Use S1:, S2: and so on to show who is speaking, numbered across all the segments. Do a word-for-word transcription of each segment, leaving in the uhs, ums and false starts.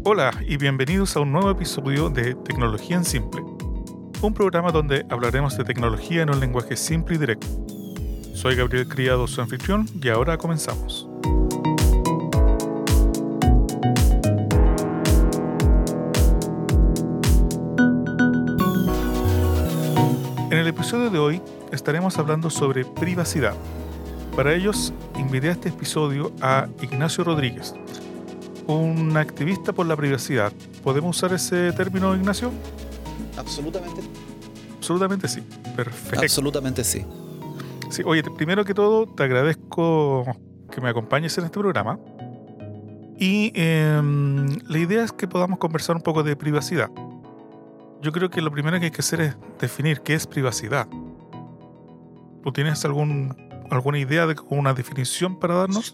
S1: Hola y bienvenidos a un nuevo episodio de Tecnología en Simple, un programa donde hablaremos de tecnología en un lenguaje simple y directo. Soy Gabriel Criado, su anfitrión, y ahora comenzamos. En el episodio de hoy estaremos hablando sobre privacidad. Para ellos, invité a este episodio a Ignacio Rodríguez, un activista por la privacidad. ¿Podemos usar ese término, Ignacio?
S2: Absolutamente.
S1: Absolutamente sí. Perfecto.
S2: Absolutamente sí.
S1: Sí, oye, primero que todo, te agradezco que me acompañes en este programa. Y eh, la idea es que podamos conversar un poco de privacidad. Yo creo que lo primero que hay que hacer es definir qué es privacidad. ¿Tú tienes algún, alguna idea de una definición para darnos?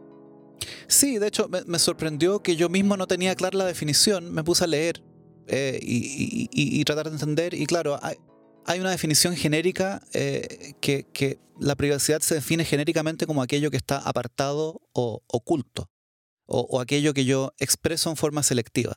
S2: Sí, de hecho me, me sorprendió que yo mismo no tenía clara la definición. Me puse a leer eh, y, y, y, y tratar de entender. Y claro, hay, hay una definición genérica eh, que, que la privacidad se define genéricamente como aquello que está apartado o oculto, o, o aquello que yo expreso en forma selectiva.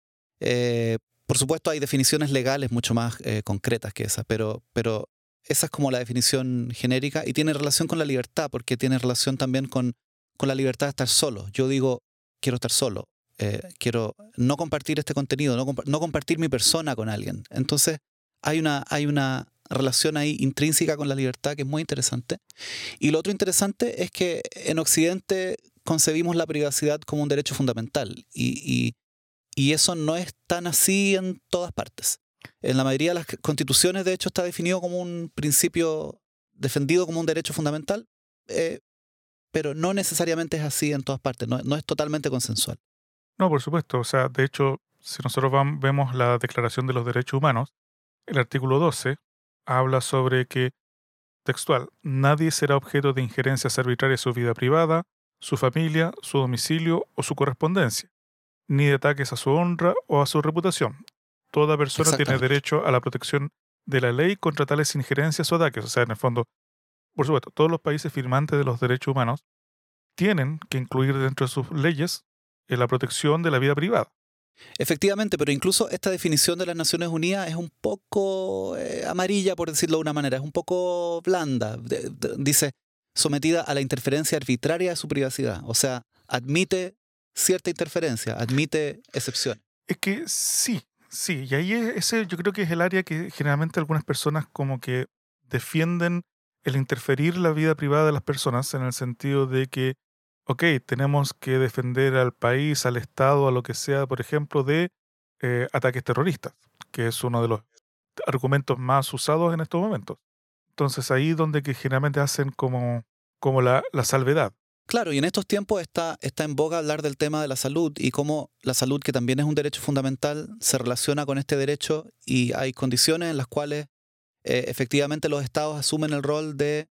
S2: Eh, por supuesto hay definiciones legales mucho más eh, concretas que esas, pero, pero esa es como la definición genérica y tiene relación con la libertad, porque tiene relación también con con la libertad de estar solo. Yo digo, quiero estar solo, eh, quiero no compartir este contenido, no, compa- no compartir mi persona con alguien. Entonces hay una, hay una relación ahí intrínseca con la libertad que es muy interesante. Y lo otro interesante es que en Occidente concebimos la privacidad como un derecho fundamental y, y, y eso no es tan así en todas partes. En la mayoría de las constituciones, de hecho, está definido como un principio defendido como un derecho fundamental, eh, pero no necesariamente es así en todas partes, no, no es totalmente consensual.
S1: No, por supuesto. O sea, de hecho, si nosotros vam- vemos la Declaración de los Derechos Humanos, el artículo doce habla sobre que, textual, nadie será objeto de injerencias arbitrarias en su vida privada, su familia, su domicilio o su correspondencia, ni de ataques a su honra o a su reputación. Toda persona tiene derecho a la protección de la ley contra tales injerencias o ataques. O sea, en el fondo, por supuesto, todos los países firmantes de los derechos humanos tienen que incluir dentro de sus leyes eh, la protección de la vida privada.
S2: Efectivamente, pero incluso esta definición de las Naciones Unidas es un poco eh, amarilla, por decirlo de una manera, es un poco blanda. De, de, dice, sometida a la interferencia arbitraria de su privacidad. O sea, admite cierta interferencia, admite excepciones.
S1: Es que sí, sí, y ahí es- ese yo creo que es el área que generalmente algunas personas como que defienden el interferir la vida privada de las personas en el sentido de que, ok, tenemos que defender al país, al Estado, a lo que sea, por ejemplo, de eh, ataques terroristas, que es uno de los argumentos más usados en estos momentos. Entonces ahí es donde que generalmente hacen como, como la, la salvedad.
S2: Claro, y en estos tiempos está, está en boga hablar del tema de la salud y cómo la salud, que también es un derecho fundamental, se relaciona con este derecho y hay condiciones en las cuales eh, efectivamente los estados asumen el rol de,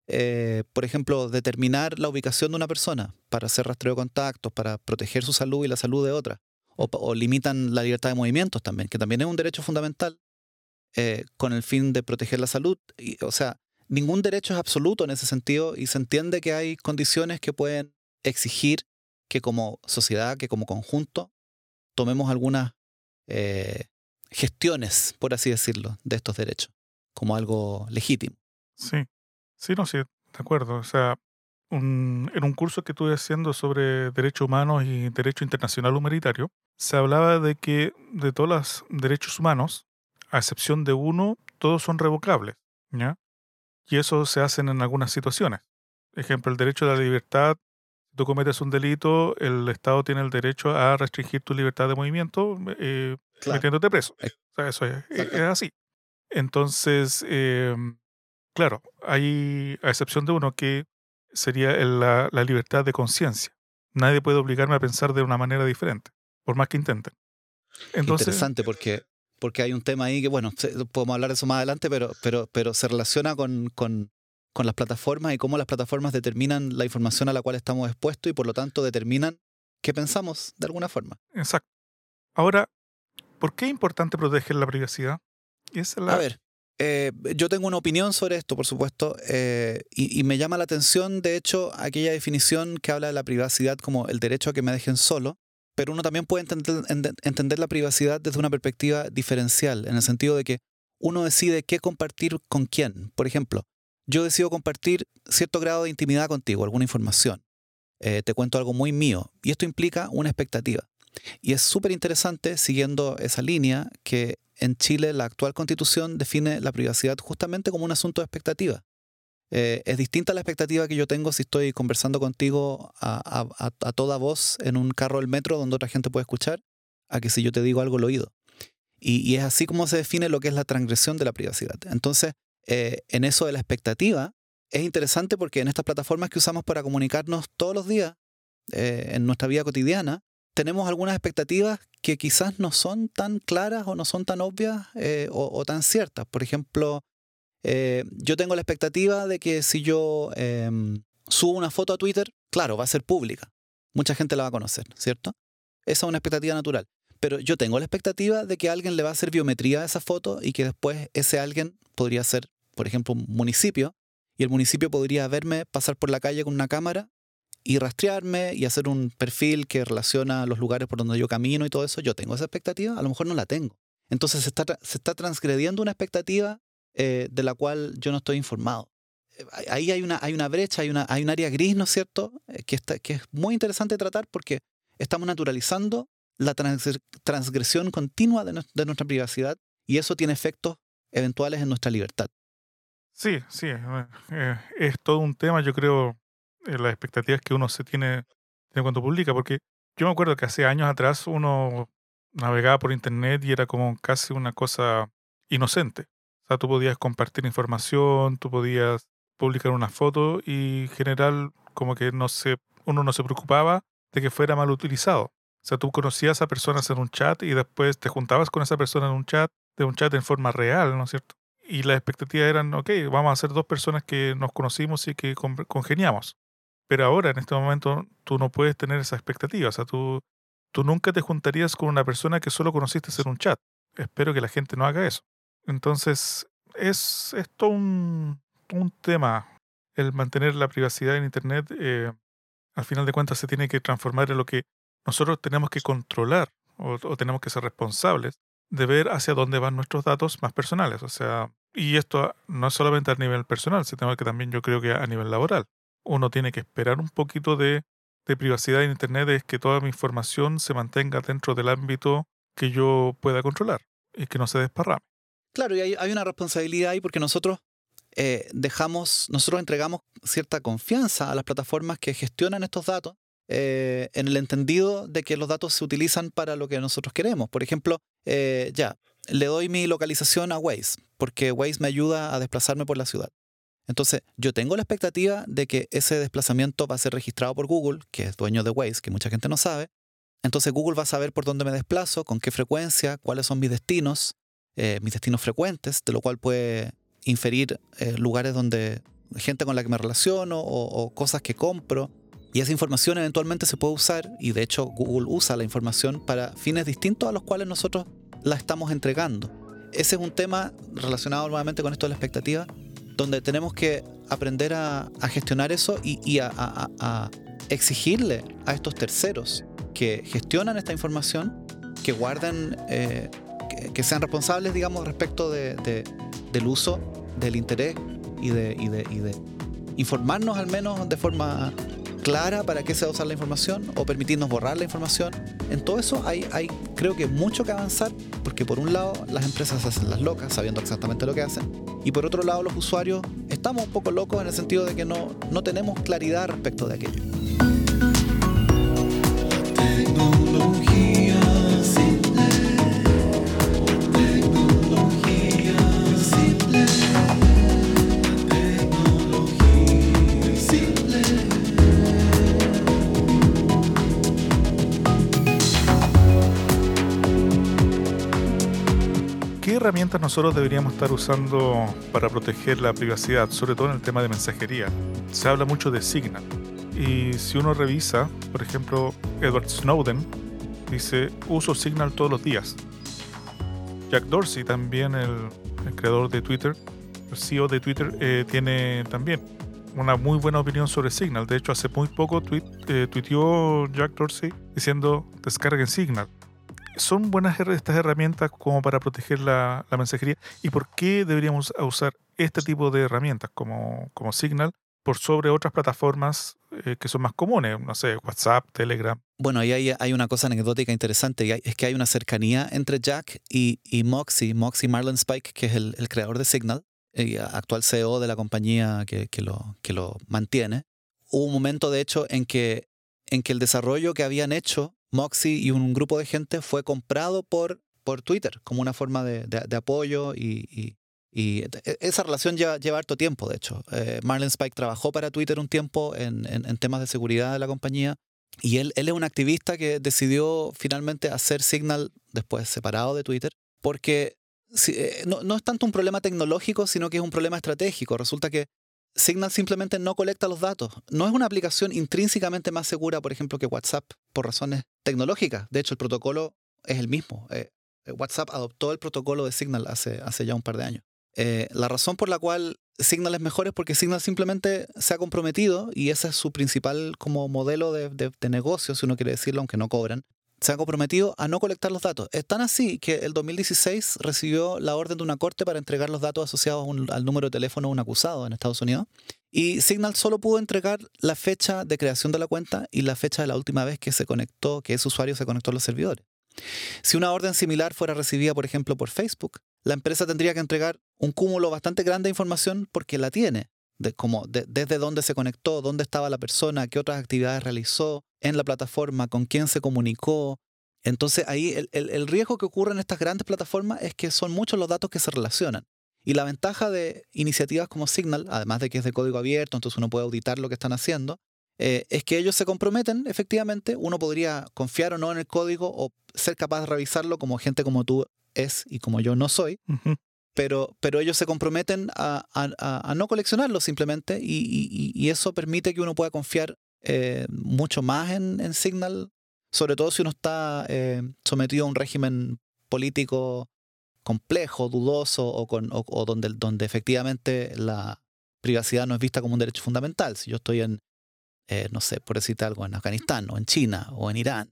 S2: eh, por ejemplo, determinar la ubicación de una persona para hacer rastreo de contactos, para proteger su salud y la salud de otra. O, o limitan la libertad de movimientos también, que también es un derecho fundamental eh, con el fin de proteger la salud. Y, o sea, ningún derecho es absoluto en ese sentido y se entiende que hay condiciones que pueden exigir que como sociedad, que como conjunto, tomemos algunas eh, gestiones, por así decirlo, de estos derechos, como algo legítimo.
S1: Sí, sí, no, sí, de acuerdo. O sea, un- en un curso que estuve haciendo sobre derechos humanos y derecho internacional humanitario, se hablaba de que de todos los derechos humanos, a excepción de uno, todos son revocables, ¿ya? Y eso se hacen en algunas situaciones. Ejemplo, el derecho a la libertad. Si tú cometes un delito, el Estado tiene el derecho a restringir tu libertad de movimiento eh,
S2: Claro.
S1: metiéndote preso.
S2: Ex-
S1: O sea, eso es, es
S2: Exacto.
S1: así. Entonces, em, claro, hay, a excepción de uno, que sería el- la, la libertad de conciencia. Nadie puede obligarme a pensar de una manera diferente, por más que intenten. Entonces,
S2: Interesante porque, porque hay un tema ahí que, bueno, se- podemos hablar de eso más adelante, pero, pero, pero se relaciona con, con, con las plataformas y cómo las plataformas determinan la información a la cual estamos expuestos y por lo tanto determinan qué pensamos de alguna forma.
S1: exacto. Ahora, ¿por qué es importante proteger la privacidad? Y esa es
S2: A
S1: la...
S2: ver, eh, yo tengo una opinión sobre esto, por supuesto, eh, y, y me llama la atención, de hecho, aquella definición que habla de la privacidad como el derecho a que me dejen solo, pero uno también puede entender, entender la privacidad desde una perspectiva diferencial, en el sentido de que uno decide qué compartir con quién. Por ejemplo, yo decido compartir cierto grado de intimidad contigo, alguna información. Eh, te cuento algo muy mío, y esto implica una expectativa. Y es súper interesante, siguiendo esa línea, que en Chile la actual Constitución define la privacidad justamente como un asunto de expectativa. Eh, es distinta la expectativa que yo tengo si estoy conversando contigo a, a, a toda voz en un carro del metro donde otra gente puede escuchar, a que si yo te digo algo al oído. Y, y es así como se define lo que es la transgresión de la privacidad. Entonces, eh, en eso de la expectativa, es interesante porque en estas plataformas que usamos para comunicarnos todos los días, eh, en nuestra vida cotidiana, tenemos algunas expectativas que quizás no son tan claras o no son tan obvias eh, o, o tan ciertas. Por ejemplo, eh, yo tengo la expectativa de que si yo eh, subo una foto a Twitter, claro, va a ser pública. Mucha gente la va a conocer, ¿cierto? Esa es una expectativa natural. Pero yo tengo la expectativa de que alguien le va a hacer biometría a esa foto y que después ese alguien podría ser, por ejemplo, un municipio, y el municipio podría verme pasar por la calle con una cámara y rastrearme y hacer un perfil que relaciona los lugares por donde yo camino y todo eso. Yo tengo esa expectativa, a lo mejor no la tengo. Entonces se está, se está transgrediendo una expectativa eh, de la cual yo no estoy informado. Ahí hay una, hay una brecha, hay, una, hay un área gris, ¿no es cierto?, eh, que, está, que es muy interesante tratar porque estamos naturalizando la trans, transgresión continua de, no, de nuestra privacidad, y eso tiene efectos eventuales en nuestra libertad.
S1: Sí, sí, eh, es todo un tema, yo creo, eh, las expectativas que uno se tiene, tiene cuando publica, porque yo me acuerdo que hace años atrás uno navegaba por internet y era como casi una cosa inocente. O sea, tú podías compartir información, tú podías publicar una foto y en general como que no se, uno no se preocupaba de que fuera mal utilizado. O sea, tú conocías a personas en un chat y después te juntabas con esa persona en un chat, de un chat en forma real, ¿no es cierto? Y las expectativas eran, ok, vamos a ser dos personas que nos conocimos y que con- congeniamos. Pero ahora, en este momento, tú no puedes tener esa expectativa. O sea, tú, tú nunca te juntarías con una persona que solo conociste en un chat. Espero que la gente no haga eso. Entonces, es, es todo un, un tema. El mantener la privacidad en Internet, eh, al final de cuentas, se tiene que transformar en lo que nosotros tenemos que controlar o, o tenemos que ser responsables de ver hacia dónde van nuestros datos más personales. O sea, y esto no es solamente a nivel personal, sino que también yo creo que a nivel laboral. Uno tiene que esperar un poquito de, de privacidad en Internet, es que toda mi información se mantenga dentro del ámbito que yo pueda controlar y que no se desparrame.
S2: Claro, y hay, hay una responsabilidad ahí porque nosotros eh, dejamos, nosotros entregamos cierta confianza a las plataformas que gestionan estos datos, eh, en el entendido de que los datos se utilizan para lo que nosotros queremos. Por ejemplo, eh, ya, le doy mi localización a Waze, porque Waze me ayuda a desplazarme por la ciudad. Entonces, yo tengo la expectativa de que ese desplazamiento va a ser registrado por Google, que es dueño de Waze, que mucha gente no sabe. Entonces, Google va a saber por dónde me desplazo, con qué frecuencia, cuáles son mis destinos, eh, mis destinos frecuentes, de lo cual puede inferir eh, lugares donde gente con la que me relaciono o, o cosas que compro. Y esa información eventualmente se puede usar, y de hecho Google usa la información para fines distintos a los cuales nosotros la estamos entregando. Ese es un tema relacionado nuevamente con esto de la expectativa, donde tenemos que aprender a, a gestionar eso y, y a, a, a exigirle a estos terceros que gestionan esta información, que guarden, eh, que, que sean responsables, digamos, respecto de, de, del uso, del interés y de, y, de, y de informarnos al menos de forma clara para qué se va a usar la información o permitirnos borrar la información. En todo eso hay, hay creo que mucho que avanzar, porque por un lado las empresas se hacen las locas sabiendo exactamente lo que hacen, y por otro lado los usuarios estamos un poco locos en el sentido de que no, no tenemos claridad respecto de aquello. Tecnología simple. Tecnología simple. Tecnología simple.
S1: ¿Qué herramientas nosotros deberíamos estar usando para proteger la privacidad, sobre todo en el tema de mensajería? Se habla mucho de Signal. Y si uno revisa, por ejemplo, Edward Snowden dice, uso Signal todos los días. Jack Dorsey, también el, el creador de Twitter, el C E O de Twitter, eh, tiene también. una muy buena opinión sobre Signal. De hecho, hace muy poco tweet, eh, tuiteó Jack Dorsey diciendo descarguen Signal. ¿Son buenas estas herramientas como para proteger la, la mensajería? ¿Y por qué deberíamos usar este tipo de herramientas como, como Signal por sobre otras plataformas eh, que son más comunes? No sé, WhatsApp, Telegram.
S2: Bueno, ahí hay, hay una cosa anecdótica interesante, y hay- es que hay una cercanía entre Jack y, y Moxie, Moxie Marlinspike, que es el, el creador de Signal, y actual C E O de la compañía que, que lo, que lo mantiene. Hubo un momento, de hecho, en que, en que el desarrollo que habían hecho Moxie y un grupo de gente fue comprado por, por Twitter como una forma de, de- de apoyo y, y- y e- esa relación lleva, lleva harto tiempo, de hecho. Eh, Marlinspike trabajó para Twitter un tiempo en, en- en temas de seguridad de la compañía y él, él es un activista que decidió finalmente hacer Signal después separado de Twitter porque si- eh, no, no es tanto un problema tecnológico, sino que es un problema estratégico. Resulta que Signal simplemente no colecta los datos. No es una aplicación intrínsecamente más segura, por ejemplo, que WhatsApp por razones tecnológicas. De hecho, el protocolo es el mismo. Eh, WhatsApp adoptó el protocolo de Signal hace, hace ya un par de años. Eh, la razón por la cual Signal es mejor es porque Signal simplemente se ha comprometido, y ese es su principal como modelo de, de, de negocio, si uno quiere decirlo, aunque no cobran. Se ha comprometido a no colectar los datos. Es tan así que el dos mil dieciséis recibió la orden de una corte para entregar los datos asociados a un, al número de teléfono de un acusado en Estados Unidos. Y Signal solo pudo entregar la fecha de creación de la cuenta y la fecha de la última vez que se conectó, que ese usuario se conectó a los servidores. Si una orden similar fuera recibida, por ejemplo, por Facebook, la empresa tendría que entregar un cúmulo bastante grande de información porque la tiene, de, como de, desde dónde se conectó, dónde estaba la persona, qué otras actividades realizó en la plataforma, con quién se comunicó. Entonces ahí el, el, el riesgo que ocurre en estas grandes plataformas es que son muchos los datos que se relacionan. Y la ventaja de iniciativas como Signal, además de que es de código abierto, entonces uno puede auditar lo que están haciendo, eh, es que ellos se comprometen, efectivamente. Uno podría confiar o no en el código o ser capaz de revisarlo, como gente como tú es y como yo no soy,
S1: Ujú.
S2: pero, pero ellos se comprometen a, a- a no coleccionarlo simplemente, y, y- y eso permite que uno pueda confiar eh, mucho más en, en Signal, sobre todo si uno está eh, sometido a un régimen político complejo, dudoso o, con, o, o donde, donde efectivamente la privacidad no es vista como un derecho fundamental. Si yo estoy en, eh, no sé, por decirte algo, en Afganistán o en China o en Irán,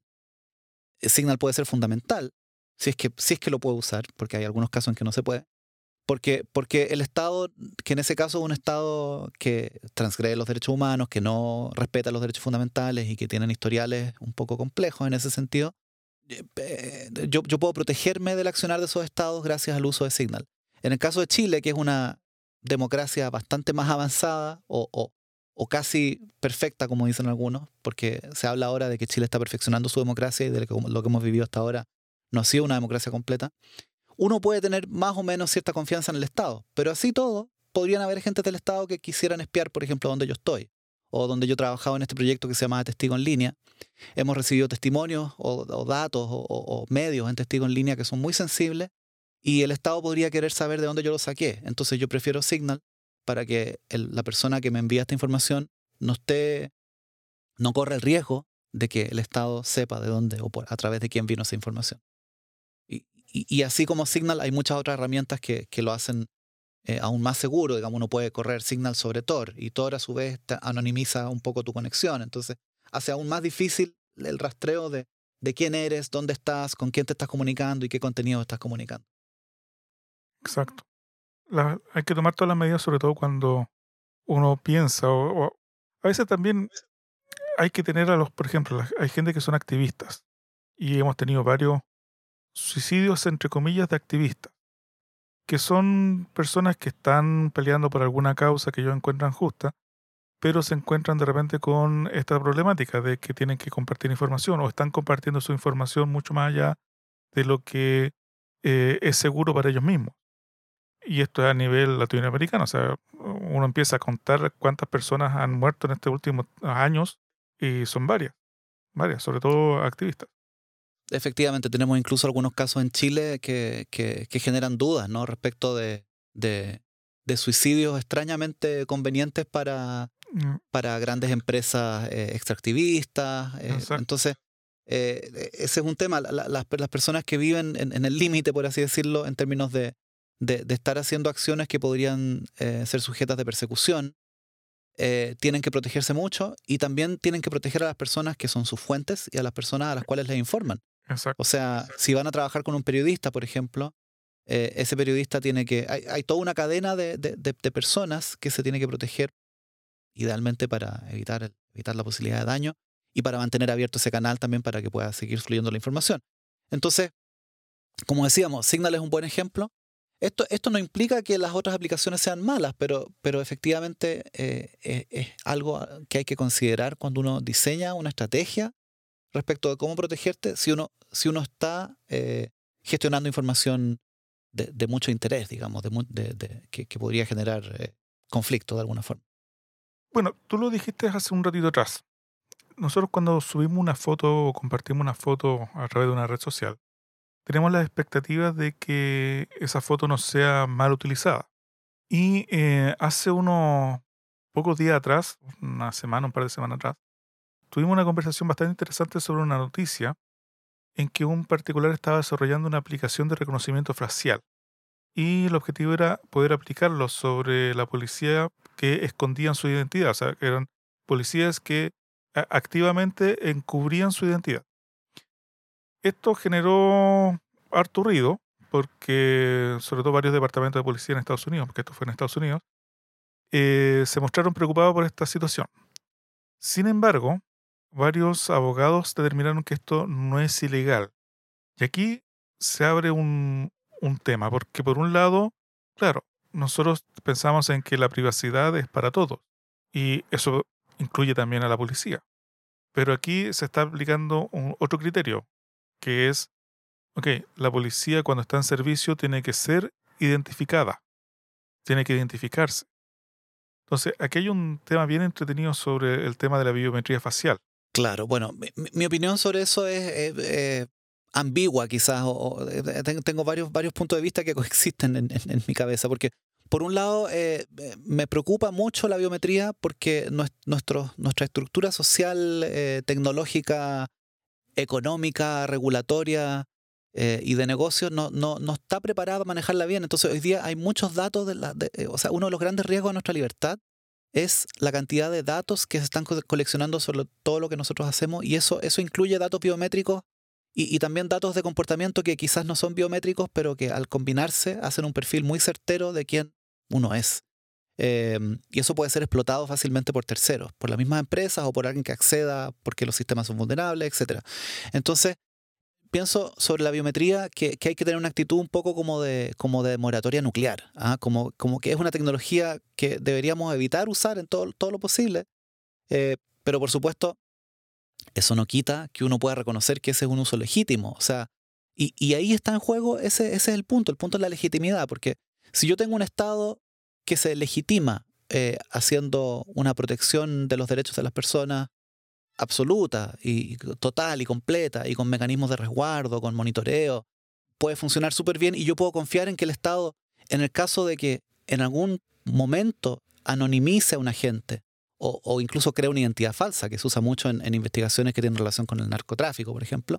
S2: eh, Signal puede ser fundamental, si es que, si es que lo puedo usar, porque hay algunos casos en que no se puede. Porque, porque el Estado, que en ese caso es un Estado que transgrede los derechos humanos, que no respeta los derechos fundamentales y que tienen historiales un poco complejos en ese sentido, eh, eh, yo, yo puedo protegerme del accionar de esos Estados gracias al uso de Signal. En el caso de Chile, que es una democracia bastante más avanzada o, o, o casi perfecta, como dicen algunos, porque se habla ahora de que Chile está perfeccionando su democracia y de que lo que hemos vivido hasta ahora no ha sido una democracia completa, uno puede tener más o menos cierta confianza en el Estado, pero así todo, podrían haber gente del Estado que quisieran espiar, por ejemplo, donde yo estoy, o donde yo trabajaba en este proyecto que se llama Testigo en Línea. Hemos recibido testimonios o, o datos o, o- o medios en Testigo en Línea que son muy sensibles, y el Estado podría querer saber de dónde yo lo saqué. Entonces yo prefiero Signal para que el- la persona que me envía esta información no esté, no corra el riesgo de que el Estado sepa de dónde o por, a través de quién vino esa información. Y, y- y así como Signal, hay muchas otras herramientas que, que lo hacen eh, aún más seguro. Digamos, uno puede correr Signal sobre Tor, y Tor a su vez te anonimiza un poco tu conexión. Entonces hace aún más difícil el rastreo de, de quién eres, dónde estás, con quién te estás comunicando y qué contenido estás comunicando.
S1: Exacto. La- hay que tomar todas las medidas, sobre todo cuando uno piensa, o, o a veces también hay que tener a los, por ejemplo, la- hay gente que son activistas y hemos tenido varios suicidios, entre comillas, de activistas, que son personas que están peleando por alguna causa que ellos encuentran justa, pero se encuentran de repente con esta problemática de que tienen que compartir información o están compartiendo su información mucho más allá de lo que eh, es seguro para ellos mismos. Y esto es a nivel latinoamericano. O sea, uno empieza a contar cuántas personas han muerto en estos últimos años y son varias, varias, sobre todo activistas.
S2: Efectivamente, tenemos incluso algunos casos en Chile que, que- que generan dudas, ¿no? Respecto de, de- de suicidios extrañamente convenientes para,
S1: Mm,
S2: para grandes empresas eh, extractivistas. eh,
S1: Exacto.
S2: entonces, eh, ese es un tema. La- la- las, las personas que viven en, en el límite, por así decirlo, en términos de, de- de estar haciendo acciones que podrían eh, ser sujetas de persecución, eh, tienen que protegerse mucho y también tienen que proteger a las personas que son sus fuentes y a las personas a las cuales les informan.
S1: Exacto.
S2: O sea, si van a trabajar con un periodista, por ejemplo, eh, ese periodista tiene que... Hay, hay toda una cadena de, de, de, de personas que se tiene que proteger, idealmente para evitar, evitar la posibilidad de daño y para mantener abierto ese canal también para que pueda seguir fluyendo la información. Entonces, como decíamos, Signal es un buen ejemplo. Esto, esto no implica que las otras aplicaciones sean malas, pero, pero efectivamente eh, es, es algo que hay que considerar cuando uno diseña una estrategia respecto de cómo protegerte si uno, si uno está eh, gestionando información de, de mucho interés, digamos, de, de, de, que, que podría generar eh, conflicto de alguna forma.
S1: Bueno, tú lo dijiste hace un ratito atrás. Nosotros cuando subimos una foto o compartimos una foto a través de una red social, tenemos las expectativas de que esa foto no sea mal utilizada. Y eh, hace unos pocos días atrás, una semana, un par de semanas atrás, tuvimos una conversación bastante interesante sobre una noticia en que un particular estaba desarrollando una aplicación de reconocimiento facial. Y el objetivo era poder aplicarlo sobre la policía que escondían su identidad. O sea, que eran policías que a- activamente encubrían su identidad. Esto generó harto ruido porque, sobre todo varios departamentos de policía en Estados Unidos, porque esto fue en Estados Unidos, eh, se mostraron preocupados por esta situación. Sin embargo, varios abogados determinaron que esto no es ilegal. Y aquí se abre un, un tema, porque por un lado, claro, nosotros pensamos en que la privacidad es para todos, y eso incluye también a la policía. Pero aquí se está aplicando un- otro criterio, que es, ok, la policía cuando está en servicio tiene que ser identificada, tiene que identificarse. Entonces, aquí hay un tema bien entretenido sobre el tema de la biometría facial.
S2: Claro, bueno, mi, mi- mi opinión sobre eso es eh, eh, ambigua quizás, o, o, eh, ten- tengo varios, varios puntos de vista que coexisten en, en- en mi cabeza, porque por un lado eh, eh, me preocupa mucho la biometría porque nues- nuestro, nuestra estructura social, eh, tecnológica, económica, regulatoria eh, y de negocios no, no, no está preparada para manejarla bien. Entonces hoy día hay muchos datos, de la, de- eh, o sea, uno de los grandes riesgos de nuestra libertad es la cantidad de datos que se están co- coleccionando sobre todo lo que nosotros hacemos y eso, eso incluye datos biométricos y, y también datos de comportamiento que quizás no son biométricos, pero que al combinarse hacen un perfil muy certero de quién uno es. Eh, y eso puede ser explotado fácilmente por terceros, por las mismas empresas o por alguien que acceda porque los sistemas son vulnerables, etcétera. Entonces, pienso sobre la biometría que, que hay que tener una actitud un poco como de, como de moratoria nuclear, ¿ah? como, como que es una tecnología que deberíamos evitar usar en todo, todo lo posible, eh, pero por supuesto eso no quita que uno pueda reconocer que ese es un uso legítimo. O sea, y, y ahí está en juego, ese, ese es el punto, el punto es la legitimidad, porque si yo tengo un Estado que se legitima eh, haciendo una protección de los derechos de las personas absoluta y total y completa y con mecanismos de resguardo, con monitoreo, puede funcionar súper bien y yo puedo confiar en que el Estado, en el caso de que en algún momento anonimice a un agente o, o incluso crea una identidad falsa, que se usa mucho en, en investigaciones que tienen relación con el narcotráfico, por ejemplo,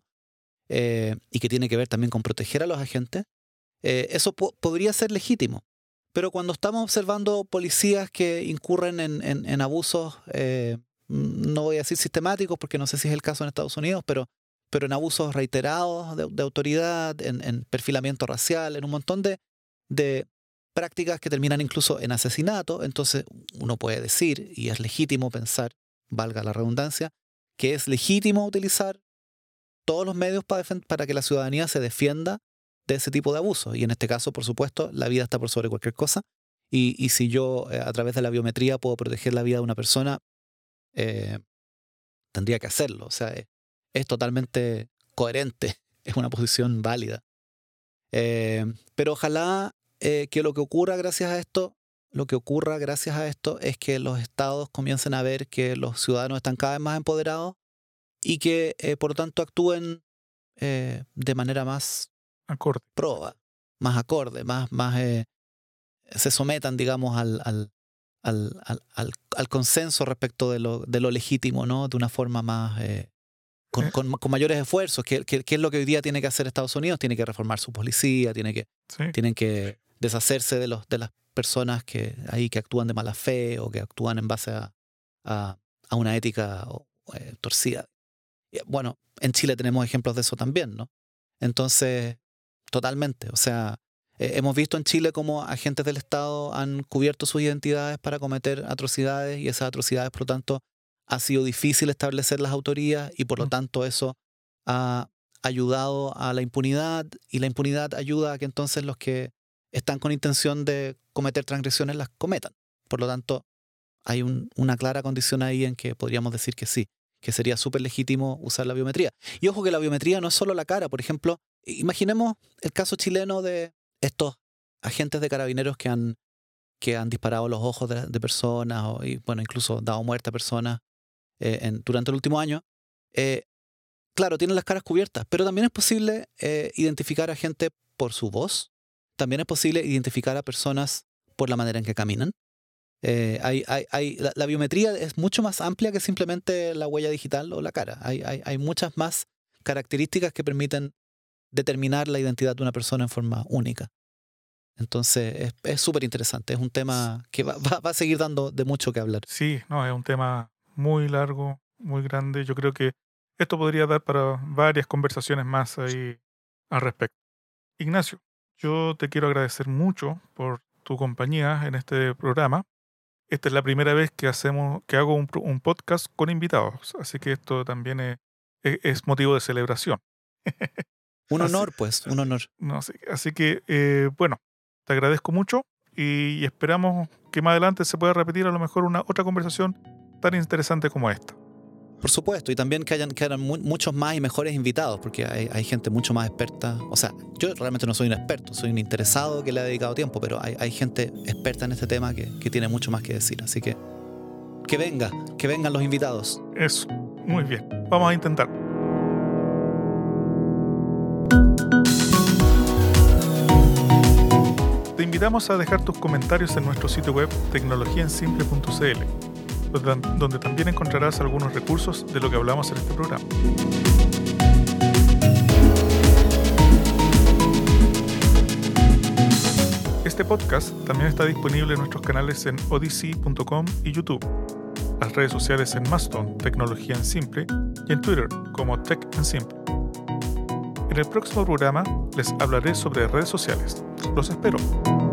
S2: eh, y que tiene que ver también con proteger a los agentes, eh, eso po- podría ser legítimo. Pero cuando estamos observando policías que incurren en, en- en abusos, eh, no voy a decir sistemáticos porque no sé si es el caso en Estados Unidos, pero, pero en abusos reiterados de, de autoridad, en, en perfilamiento racial, en un montón de, de prácticas que terminan incluso en asesinato, entonces uno puede decir, y es legítimo pensar, valga la redundancia, que es legítimo utilizar todos los medios para, defen- para que la ciudadanía se defienda de ese tipo de abusos. Y en este caso, por supuesto, la vida está por sobre cualquier cosa. Y, y si yo eh, a través de la biometría puedo proteger la vida de una persona, eh, tendría que hacerlo. O sea, es, es totalmente coherente, es una posición válida. Eh, pero ojalá eh, que lo que ocurra gracias a esto, lo que ocurra gracias a esto es que los estados comiencen a ver que los ciudadanos están cada vez más empoderados y que eh, por lo tanto actúen eh, de manera más
S1: Acorde.
S2: proba, más acorde, más, más eh, se sometan, digamos, al, al, al, al, al- al consenso respecto de lo, de lo legítimo, ¿no? De una forma más, eh, con,
S1: Eh,
S2: con, con mayores esfuerzos, que, que, que es lo que hoy día tiene que hacer Estados Unidos, tiene que reformar su policía, tiene que,
S1: sí.
S2: tienen que deshacerse de, los, de las personas que, ahí, que actúan de mala fe o que actúan en base a, a, a una ética eh, torcida. Bueno, en Chile tenemos ejemplos de eso también, ¿no? Entonces, totalmente. O sea, eh, hemos visto en Chile cómo agentes del Estado han cubierto sus identidades para cometer atrocidades y esas atrocidades, por lo tanto, ha sido difícil establecer las autorías y por lo tanto eso ha ayudado a la impunidad y la impunidad ayuda a que entonces los que están con intención de cometer transgresiones las cometan. Por lo tanto, hay un, una clara condición ahí en que podríamos decir que sí, que sería súper legítimo usar la biometría. Y ojo que la biometría no es solo la cara. Por ejemplo, imaginemos el caso chileno de estos agentes de carabineros que han, que han disparado los ojos de, de personas o, y, bueno, incluso dado muerte a personas eh, en, durante el último año. Eh, claro, tienen las caras cubiertas, pero también es posible eh, identificar a gente por su voz. También es posible identificar a personas por la manera en que caminan. Eh, hay, hay, hay, la, la biometría es mucho más amplia que simplemente la huella digital o la cara. Hay, hay, hay muchas más características que permiten determinar la identidad de una persona en forma única. Entonces es súper interesante. Es un tema que va, va, va a seguir dando de mucho que hablar.
S1: Sí, no, es un tema muy largo, muy grande. Yo creo que esto podría dar para varias conversaciones más ahí al respecto. Ignacio, yo te quiero agradecer mucho por tu compañía en este programa. Esta es la primera vez que hacemos, que hago un, un podcast con invitados, así que esto también es, es, es motivo de celebración.
S2: Un
S1: así,
S2: honor, pues, un honor.
S1: No, así, así que, eh, bueno, te agradezco mucho y, y esperamos que más adelante se pueda repetir a lo mejor una otra conversación tan interesante como esta.
S2: Por supuesto, y también que hayan, que hayan mu- muchos más y mejores invitados, porque hay, hay gente mucho más experta. O sea, yo realmente no soy un experto, soy un interesado que le ha dedicado tiempo, pero hay, hay gente experta en este tema que, que tiene mucho más que decir. Así que que venga, que vengan los invitados.
S1: Eso, muy bien, vamos a intentar. Te invitamos a dejar tus comentarios en nuestro sitio web tecnología en simple punto c l, donde también encontrarás algunos recursos de lo que hablamos en este programa. Este podcast también está disponible en nuestros canales en odyssey punto com y YouTube, las redes sociales en Mastodon, Tecnología en Simple, y en Twitter como Tech en Simple. En el próximo programa les hablaré sobre redes sociales. Los espero.